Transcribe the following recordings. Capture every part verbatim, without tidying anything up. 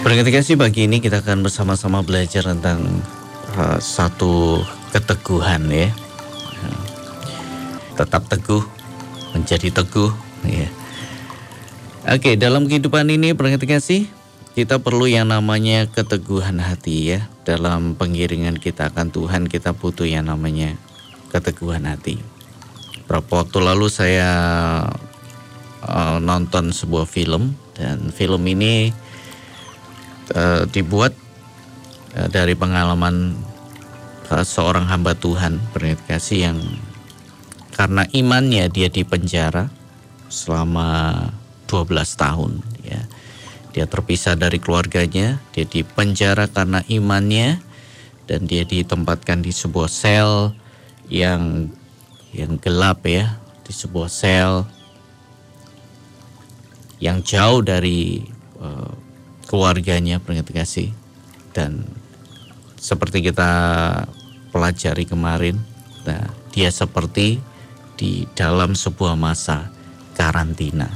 Berkat kasih pagi ini kita akan bersama-sama belajar tentang uh, satu keteguhan ya. Tetap teguh, menjadi teguh ya. Oke, dalam kehidupan ini berkat kasih kita perlu yang namanya keteguhan hati ya. Dalam pengiringan kita akan Tuhan kita butuh yang namanya keteguhan hati. Beberapa waktu lalu saya uh, nonton sebuah film dan film ini Uh, dibuat uh, dari pengalaman uh, seorang hamba Tuhan berkat kasih yang karena imannya dia dipenjara selama dua belas tahun ya. Dia terpisah dari keluarganya, dia dipenjara karena imannya dan dia ditempatkan di sebuah sel yang yang gelap ya, di sebuah sel yang jauh dari uh, keluarganya berkat kasih. Dan seperti kita pelajari kemarin, nah, dia seperti di dalam sebuah masa karantina.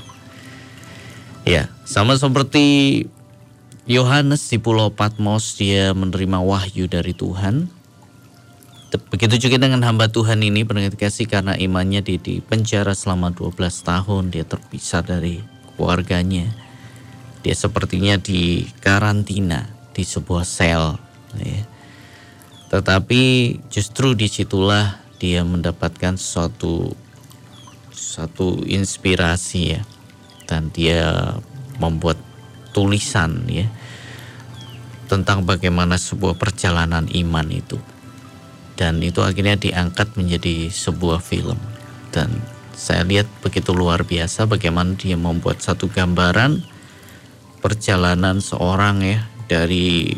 Ya, sama seperti Yohanes di Pulau Patmos, dia menerima wahyu dari Tuhan. Begitu juga dengan hamba Tuhan ini berkat kasih, karena imannya dia di penjara selama dua belas tahun, dia terpisah dari keluarganya. Dia sepertinya di karantina di sebuah sel ya. Tetapi justru disitulah dia mendapatkan suatu satu inspirasi ya. Dan dia membuat tulisan ya tentang bagaimana sebuah perjalanan iman itu. Dan itu akhirnya diangkat menjadi sebuah film. Dan saya lihat begitu luar biasa bagaimana dia membuat satu gambaran perjalanan seorang ya dari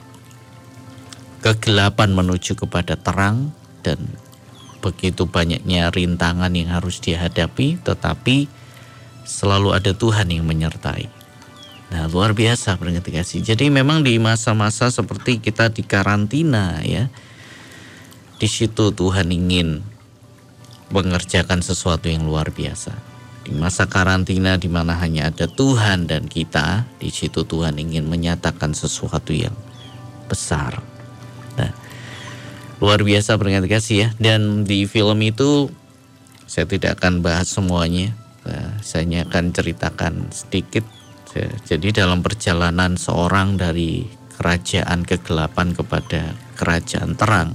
kegelapan menuju kepada terang, dan begitu banyaknya rintangan yang harus dihadapi, tetapi selalu ada Tuhan yang menyertai. Nah, luar biasa berkat kasih. Jadi memang di masa-masa seperti kita di karantina ya, di situ Tuhan ingin mengerjakan sesuatu yang luar biasa. Di masa karantina di mana hanya ada Tuhan dan kita, di situ Tuhan ingin menyatakan sesuatu yang besar. Nah, luar biasa berkat kasih ya. Dan di film itu saya tidak akan bahas semuanya. Nah, saya hanya akan ceritakan sedikit. Jadi dalam perjalanan seorang dari kerajaan kegelapan kepada kerajaan terang,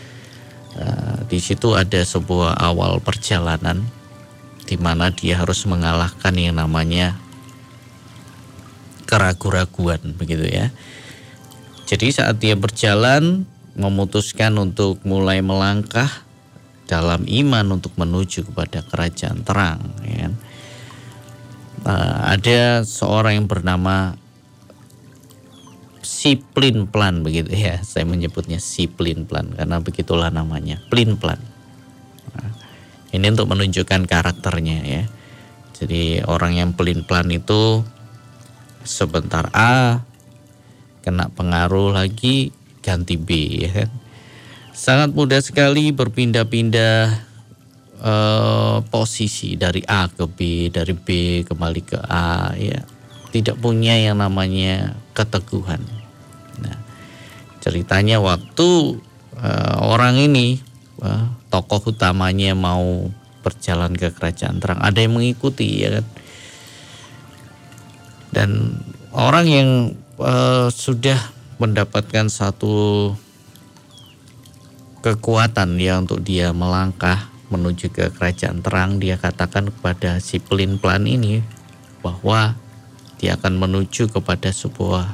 uh, di situ ada sebuah awal perjalanan di mana dia harus mengalahkan yang namanya keraguan-raguan begitu ya. Jadi saat dia berjalan memutuskan untuk mulai melangkah dalam iman untuk menuju kepada kerajaan terang ya. Nah, ada seorang yang bernama si Plin-Plan begitu ya. Saya menyebutnya si Plin-Plan karena begitulah namanya, Plin-Plan. Nah, ini untuk menunjukkan karakternya ya. Jadi orang yang pelin-pelan itu sebentar A, kena pengaruh lagi ganti B ya kan. Sangat mudah sekali berpindah-pindah eh, posisi dari A ke B, dari B kembali ke A ya. Tidak punya yang namanya keteguhan. Nah, ceritanya waktu eh, orang ini Wah, tokoh utamanya mau berjalan ke kerajaan terang, ada yang mengikuti ya kan. Dan orang yang uh, sudah mendapatkan satu kekuatan ya untuk dia melangkah menuju ke kerajaan terang, dia katakan kepada si Plin-Plan ini bahwa dia akan menuju kepada sebuah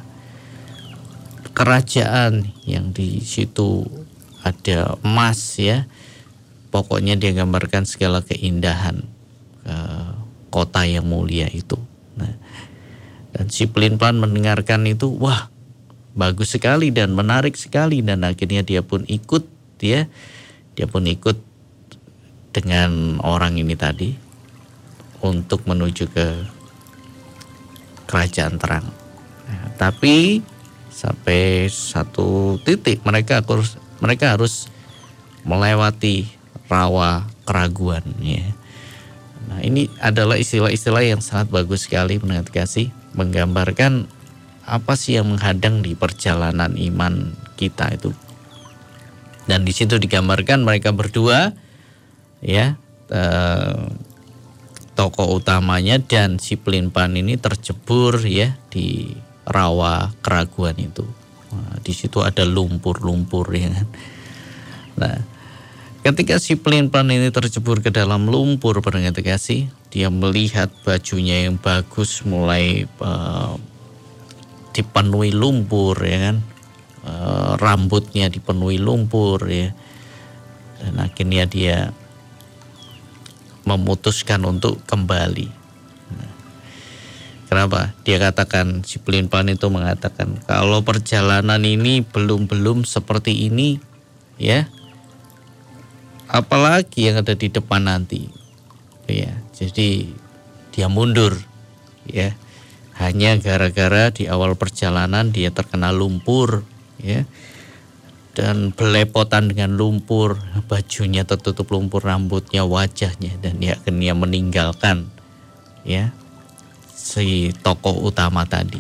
kerajaan yang di situ ada emas ya. Pokoknya dia gambarkan segala keindahan uh, kota yang mulia itu. Nah, dan si Plin-Plan mendengarkan itu, wah bagus sekali dan menarik sekali, dan akhirnya dia pun ikut ya. Dia pun ikut dengan orang ini tadi untuk menuju ke kerajaan terang. Nah, tapi sampai satu titik mereka harus mereka harus melewati rawa keraguan ya. Nah, ini adalah istilah-istilah yang sangat bagus sekali pendengar kasih, menggambarkan apa sih yang menghadang di perjalanan iman kita itu. Dan di situ digambarkan mereka berdua, ya, eh, tokoh utamanya dan si Pelimpan ini terjebur ya di rawa keraguan itu. Nah, di situ ada lumpur-lumpur ya kan. Nah, ketika si Pelimpan ini terjebur ke dalam lumpur, pendengar kasih, dia melihat bajunya yang bagus mulai uh, dipenuhi lumpur ya kan, uh, rambutnya dipenuhi lumpur ya, dan akhirnya dia memutuskan untuk kembali. Nah, kenapa? Dia katakan, si Pelimpan itu mengatakan, kalau perjalanan ini belum-belum seperti ini ya, apalagi yang ada di depan nanti ya. Jadi dia mundur ya, hanya gara-gara di awal perjalanan dia terkena lumpur ya, dan belepotan dengan lumpur, bajunya tertutup lumpur, rambutnya, wajahnya, dan dia akhirnya meninggalkan ya si tokoh utama tadi.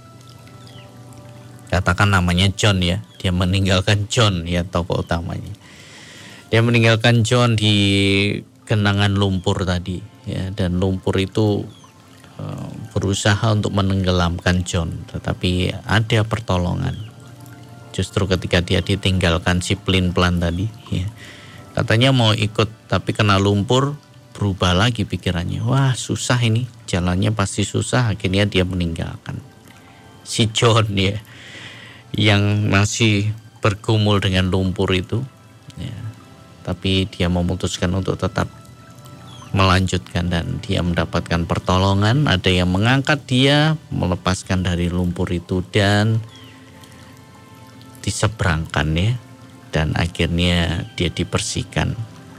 Katakan namanya John ya, dia meninggalkan John ya, tokoh utamanya. Dia meninggalkan John di genangan lumpur tadi ya, dan lumpur itu uh, berusaha untuk menenggelamkan John, tetapi ada pertolongan. Justru ketika dia ditinggalkan si Pelimpan tadi ya, katanya mau ikut tapi kena lumpur, berubah lagi pikirannya. Wah, susah ini, jalannya pasti susah. Akhirnya dia meninggalkan si John ya, yang masih bergumul dengan lumpur itu ya. Tapi dia memutuskan untuk tetap melanjutkan dan dia mendapatkan pertolongan. Ada yang mengangkat dia, melepaskan dari lumpur itu dan diseberangkan ya, dan akhirnya dia dibersihkan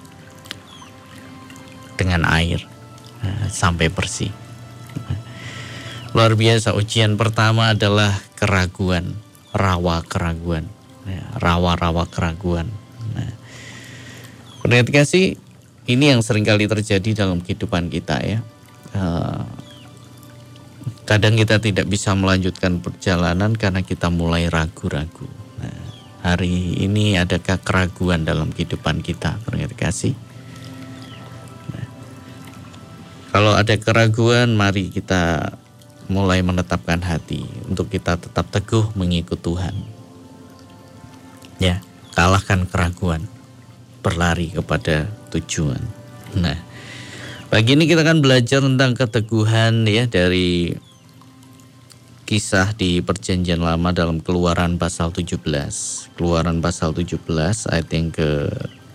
dengan air nah, sampai bersih. Luar biasa. Ujian pertama adalah keraguan, rawa keraguan, ya, rawa-rawa keraguan. Nah, pendengar kasih, ini yang seringkali terjadi dalam kehidupan kita ya. Uh, kadang kita tidak bisa melanjutkan perjalanan karena kita mulai ragu-ragu. Nah, hari ini adakah keraguan dalam kehidupan kita, pendengar kasih? Nah, kalau ada keraguan, mari kita mulai menetapkan hati untuk kita tetap teguh mengikut Tuhan. Ya, kalahkan keraguan, berlari kepada tujuan. Nah, pagi ini kita akan belajar tentang keteguhan ya, dari kisah di Perjanjian Lama dalam Keluaran pasal tujuh belas. Keluaran pasal tujuh belas ayat yang ke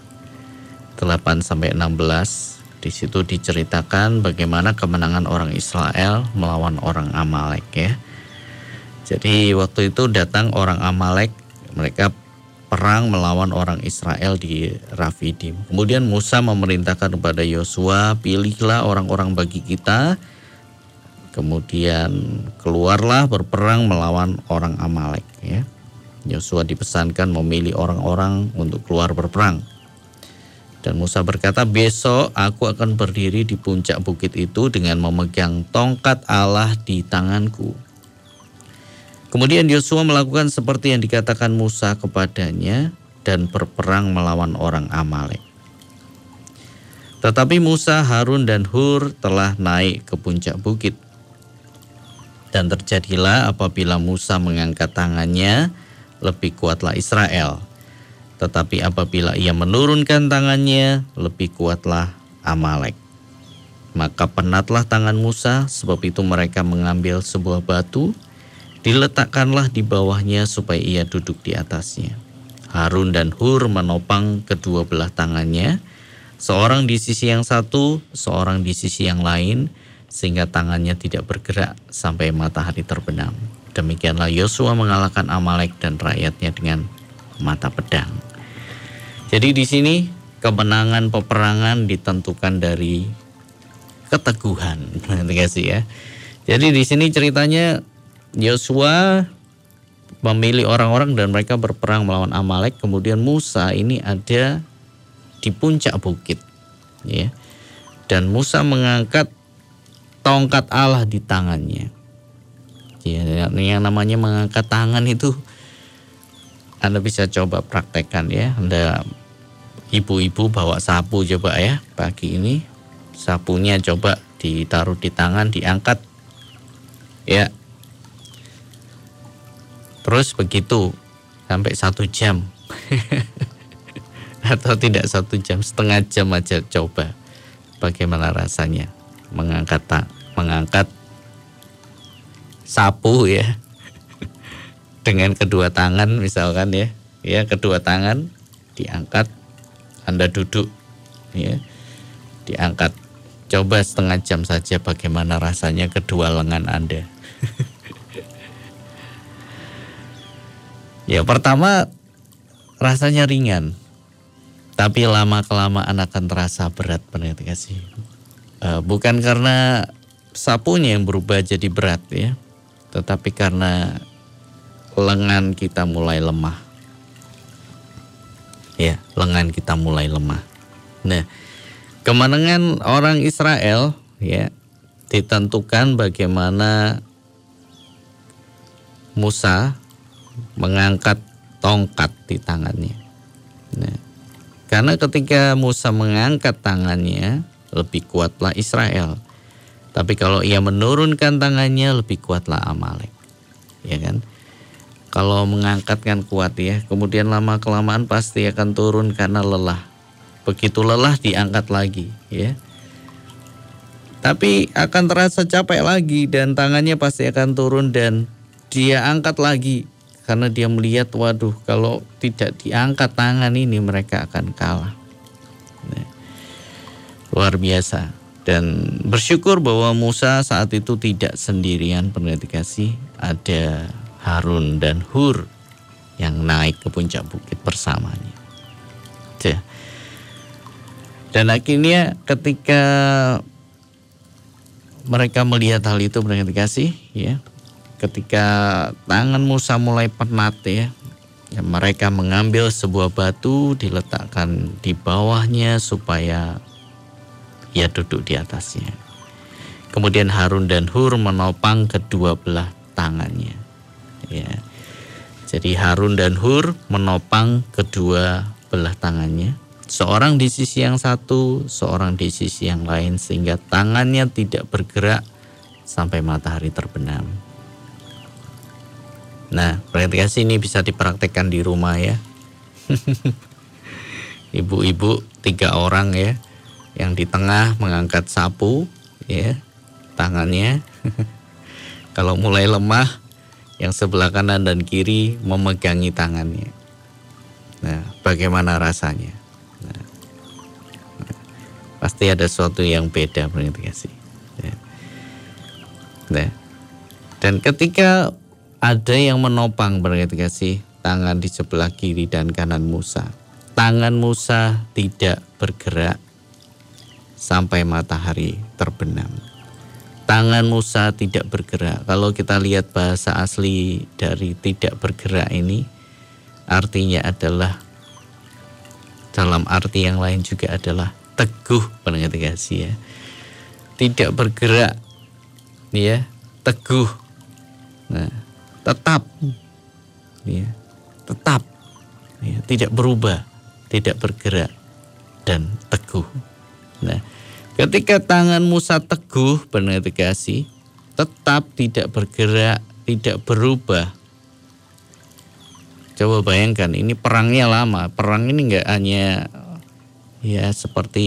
delapan sampai enam belas. Di situ diceritakan bagaimana kemenangan orang Israel melawan orang Amalek ya. Jadi waktu itu datang orang Amalek, mereka perang melawan orang Israel di Rafidim. Kemudian Musa memerintahkan kepada Yosua, pilihlah orang-orang bagi kita. Kemudian keluarlah berperang melawan orang Amalek ya. Yosua dipesankan memilih orang-orang untuk keluar berperang. Dan Musa berkata, besok aku akan berdiri di puncak bukit itu dengan memegang tongkat Allah di tanganku. Kemudian Yosua melakukan seperti yang dikatakan Musa kepadanya dan berperang melawan orang Amalek. Tetapi Musa, Harun dan Hur telah naik ke puncak bukit. Dan terjadilah apabila Musa mengangkat tangannya, lebih kuatlah Israel. Tetapi apabila ia menurunkan tangannya, lebih kuatlah Amalek. Maka penatlah tangan Musa, sebab itu mereka mengambil sebuah batu, diletakkanlah di bawahnya supaya ia duduk di atasnya. Harun dan Hur menopang kedua belah tangannya, seorang di sisi yang satu, seorang di sisi yang lain, sehingga tangannya tidak bergerak sampai matahari terbenam. Demikianlah Yosua mengalahkan Amalek dan rakyatnya dengan mata pedang. Jadi di sini kemenangan peperangan ditentukan dari keteguhan, ya. Jadi di sini ceritanya Yosua memilih orang-orang dan mereka berperang melawan Amalek. Kemudian Musa ini ada di puncak bukit, ya. Dan Musa mengangkat tongkat Allah di tangannya. Ya, yang namanya mengangkat tangan itu Anda bisa coba praktekkan ya. Anda ibu-ibu bawa sapu coba ya pagi ini, sapunya coba ditaruh di tangan, diangkat ya. Terus begitu sampai satu jam atau tidak satu jam, setengah jam aja coba bagaimana rasanya mengangkat mengangkat sapu ya dengan kedua tangan misalkan ya, ya kedua tangan diangkat, Anda duduk ya, diangkat, coba setengah jam saja bagaimana rasanya kedua lengan Anda. Ya pertama rasanya ringan, tapi lama kelamaan akan terasa berat pendengar kasih. E, bukan karena sapunya yang berubah jadi berat ya, tetapi karena lengan kita mulai lemah. Ya, lengan kita mulai lemah. Nah, kemenangan orang Israel ya ditentukan bagaimana Musa mengangkat tongkat di tangannya. Nah, karena ketika Musa mengangkat tangannya, lebih kuatlah Israel. Tapi kalau ia menurunkan tangannya, lebih kuatlah Amalek. Ya kan? Kalau mengangkat kan kuat ya, kemudian lama kelamaan pasti akan turun karena lelah. Begitu lelah diangkat lagi ya. Tapi akan terasa capek lagi dan tangannya pasti akan turun dan dia angkat lagi. Karena dia melihat, waduh kalau tidak diangkat tangan ini mereka akan kalah. Nah, luar biasa. Dan bersyukur bahwa Musa saat itu tidak sendirian pendengar kasih, ada Harun dan Hur yang naik ke puncak bukit bersamanya. Dan akhirnya ketika mereka melihat hal itu pendengar kasih ya, ketika tangan Musa mulai penat ya, ya, mereka mengambil sebuah batu diletakkan di bawahnya supaya ia duduk di atasnya. Kemudian Harun dan Hur menopang kedua belah tangannya. Ya. Jadi Harun dan Hur menopang kedua belah tangannya. Seorang di sisi yang satu, seorang di sisi yang lain, sehingga tangannya tidak bergerak sampai matahari terbenam. Nah, praktikasi ini bisa dipraktekkan di rumah ya. Ibu-ibu tiga orang ya, yang di tengah mengangkat sapu ya, tangannya. Kalau mulai lemah, yang sebelah kanan dan kiri memegangi tangannya. Nah, bagaimana rasanya? Nah, pasti ada sesuatu yang beda praktikasi. Ya. Nah, dan ketika ada yang menopang praktikasi tangan di sebelah kiri dan kanan Musa, tangan Musa tidak bergerak sampai matahari terbenam. Tangan Musa tidak bergerak. Kalau kita lihat bahasa asli dari tidak bergerak ini, artinya adalah, dalam arti yang lain juga adalah teguh pendengar kasih ya. Tidak bergerak ya, teguh. Nah, tetap ya, tetap ya, tidak berubah, tidak bergerak dan teguh. Nah, ketika tangan Musa teguh benar kasih, tetap tidak bergerak, tidak berubah. Coba bayangkan, ini perangnya lama. Perang ini enggak hanya ya seperti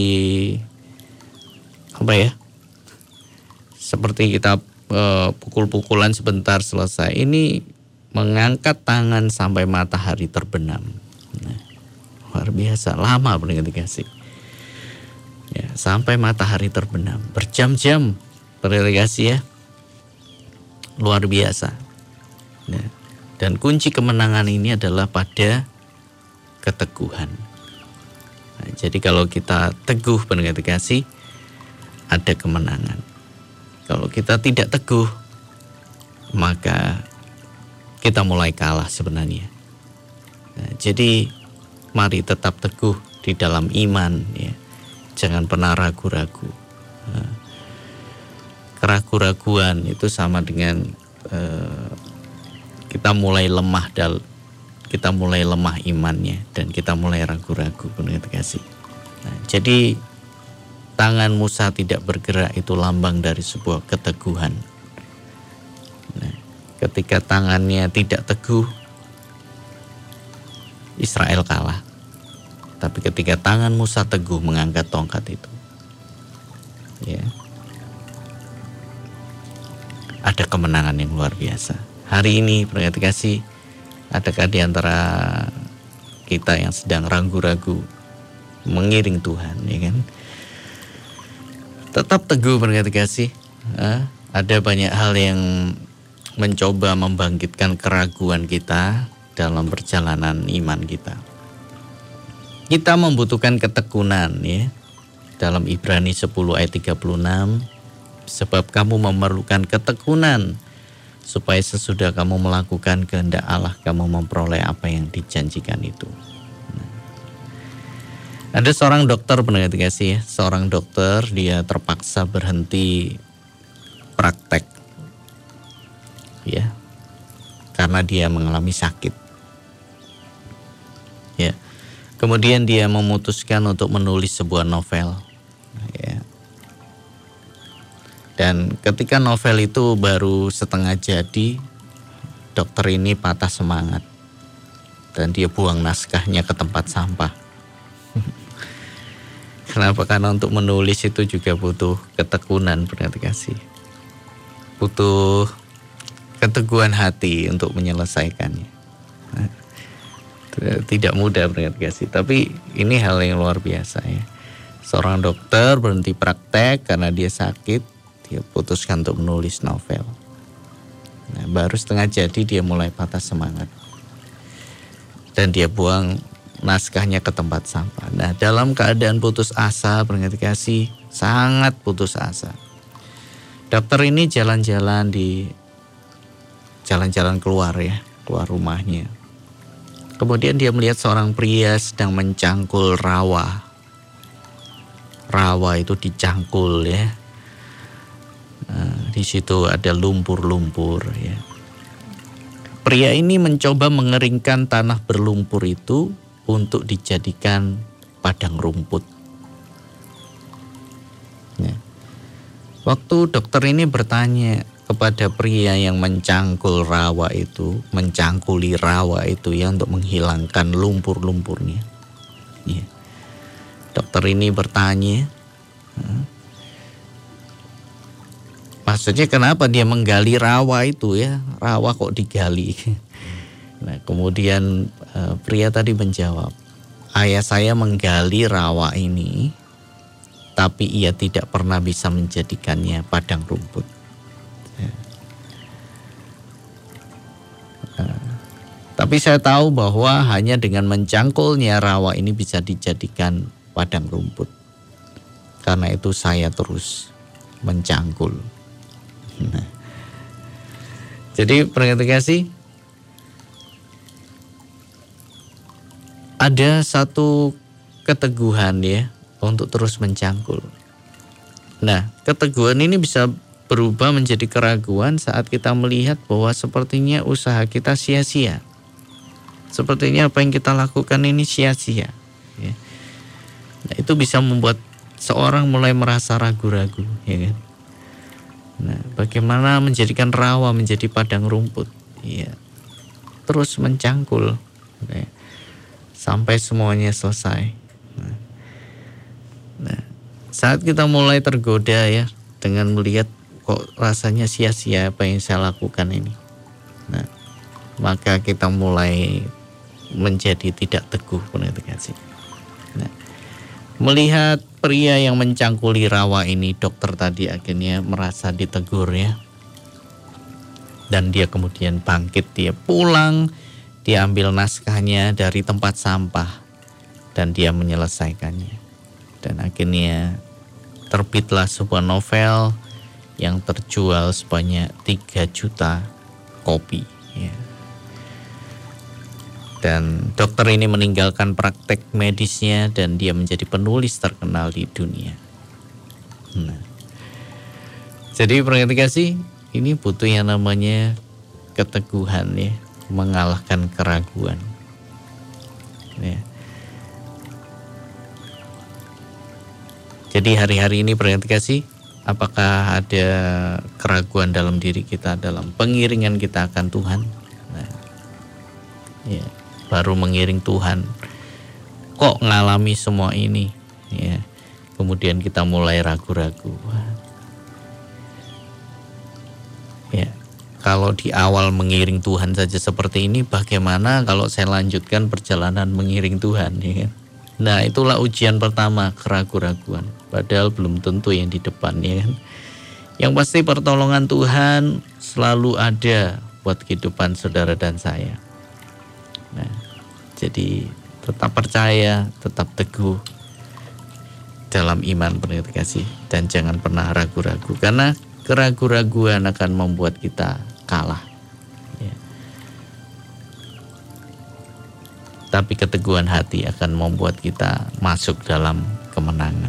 apa ya? Seperti kita uh, pukul-pukulan sebentar selesai. Ini mengangkat tangan sampai matahari terbenam. Nah, luar biasa, lama benar kasih. Ya, sampai matahari terbenam berjam-jam berdelegasi ya, luar biasa. Nah, dan kunci kemenangan ini adalah pada keteguhan. Nah, jadi kalau kita teguh berdelegasi, ada kemenangan. Kalau kita tidak teguh, maka kita mulai kalah sebenarnya. Nah, jadi mari tetap teguh di dalam iman ya. Jangan pernah ragu-ragu. Keragu-raguan itu sama dengan eh, kita mulai lemah dal kita mulai lemah imannya dan kita mulai ragu-ragu, pendengar kasih. Nah, jadi tangan Musa tidak bergerak itu lambang dari sebuah keteguhan. Nah, ketika tangannya tidak teguh, Israel kalah. Tapi ketika tangan Musa teguh mengangkat tongkat itu, ya, ada kemenangan yang luar biasa. Hari ini pendengar kasih, adakah di antara kita yang sedang ragu-ragu mengiring Tuhan, ya kan? Tetap teguh pendengar kasih. Ada banyak hal yang mencoba membangkitkan keraguan kita dalam perjalanan iman kita. Kita membutuhkan ketekunan, ya. Dalam Ibrani sepuluh ayat tiga puluh enam, sebab kamu memerlukan ketekunan supaya sesudah kamu melakukan kehendak Allah, kamu memperoleh apa yang dijanjikan itu. Nah, ada seorang dokter pendengar kasih, ya, seorang dokter dia terpaksa berhenti praktek, ya, karena dia mengalami sakit. Ya, kemudian dia memutuskan untuk menulis sebuah novel, ya. Dan ketika novel itu baru setengah jadi, dokter ini patah semangat dan dia buang naskahnya ke tempat sampah. Kenapa? Karena untuk menulis itu juga butuh ketekunan, pendengar kasih. Butuh keteguhan hati untuk menyelesaikannya. Nah, tidak mudah, pendengar kasih. Tapi ini hal yang luar biasa, ya. Seorang dokter berhenti praktek karena dia sakit. Dia putuskan untuk menulis novel. Nah, baru setengah jadi dia mulai patah semangat. Dan dia buang naskahnya ke tempat sampah. Nah, dalam keadaan putus asa, pendengar kasih, sangat putus asa. Dokter ini jalan-jalan di jalan-jalan keluar, ya, keluar rumahnya. Kemudian dia melihat seorang pria sedang mencangkul rawa. Rawa itu dicangkul, ya. Nah, di situ ada lumpur-lumpur, ya. Pria ini mencoba mengeringkan tanah berlumpur itu untuk dijadikan padang rumput. Ya. Waktu dokter ini bertanya kepada pria yang mencangkul rawa itu, mencangkuli rawa itu, ya, untuk menghilangkan lumpur-lumpurnya. Ya. Dokter ini bertanya, maksudnya kenapa dia menggali rawa itu, ya? Rawa kok digali? Nah, kemudian uh, pria tadi menjawab, ayah saya menggali rawa ini, tapi ia tidak pernah bisa menjadikannya padang rumput. Ya. Uh, tapi saya tahu bahwa hanya dengan mencangkulnya rawa ini bisa dijadikan padang rumput. Karena itu saya terus mencangkul. Nah, jadi pendengar kasih, ada satu keteguhan, ya, untuk terus mencangkul. Nah, keteguhan ini bisa berubah menjadi keraguan saat kita melihat bahwa sepertinya usaha kita sia-sia. Sepertinya apa yang kita lakukan ini sia-sia, ya. Nah, itu bisa membuat seorang mulai merasa ragu-ragu, ya kan? Nah, bagaimana menjadikan rawa menjadi padang rumput? Ya, terus mencangkul, ya, sampai semuanya selesai. Nah, nah, saat kita mulai tergoda, ya, dengan melihat kok rasanya sia-sia apa yang saya lakukan ini, nah, maka kita mulai menjadi tidak teguh, pendengar kasih. Nah, melihat pria yang mencangkuli rawa ini, dokter tadi akhirnya merasa ditegur, ya. Dan dia kemudian bangkit, dia pulang, dia ambil naskahnya dari tempat sampah dan dia menyelesaikannya. Dan akhirnya terbitlah sebuah novel yang terjual sebanyak tiga juta kopi, ya. Dan dokter ini meninggalkan praktek medisnya dan dia menjadi penulis terkenal di dunia. Nah, jadi pendengar kasih, ini butuh yang namanya keteguhan, ya. mengalahkan keraguan. Ya. Jadi hari-hari ini berarti kasih, apakah ada keraguan dalam diri kita dalam pengiringan kita akan Tuhan? Nah, ya, baru mengiring Tuhan, kok ngalami semua ini? Ya, kemudian kita mulai ragu-ragu. Ya, kalau di awal mengiring Tuhan saja seperti ini, bagaimana kalau saya lanjutkan perjalanan mengiring Tuhan? Ya kan? Nah, itulah ujian pertama, keraguan-raguan. Padahal belum tentu yang di depan, ya kan. Yang pasti pertolongan Tuhan selalu ada buat kehidupan saudara dan saya. Nah, jadi tetap percaya, tetap teguh dalam iman penuh kasih, dan jangan pernah ragu-ragu, karena keraguan-raguan akan membuat kita kalah. Ya. Tapi keteguhan hati akan membuat kita masuk dalam kemenangan.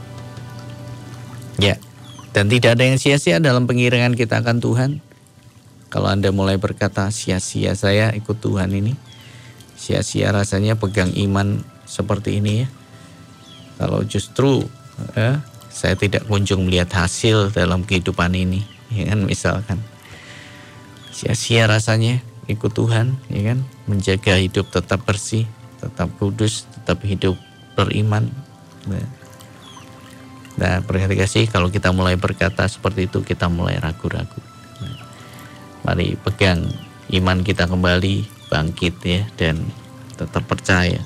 Ya, dan tidak ada yang sia-sia dalam pengiringan kita akan Tuhan. Kalau Anda mulai berkata, sia-sia saya ikut Tuhan ini, sia-sia rasanya pegang iman seperti ini ya. Kalau justru ya, saya tidak kunjung melihat hasil dalam kehidupan ini, ya kan, misalkan sia-sia rasanya ikut Tuhan, ya kan, menjaga hidup tetap bersih, tetap kudus, tetap hidup beriman. Nah, Nah, berhati kasih, kalau kita mulai berkata seperti itu, kita mulai ragu-ragu. Nah, mari pegang iman kita kembali, bangkit ya, dan tetap percaya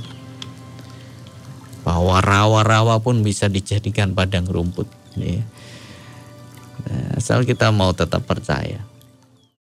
bahwa rawa-rawa pun bisa dijadikan padang rumput. Ya. Nah, asal kita mau tetap percaya.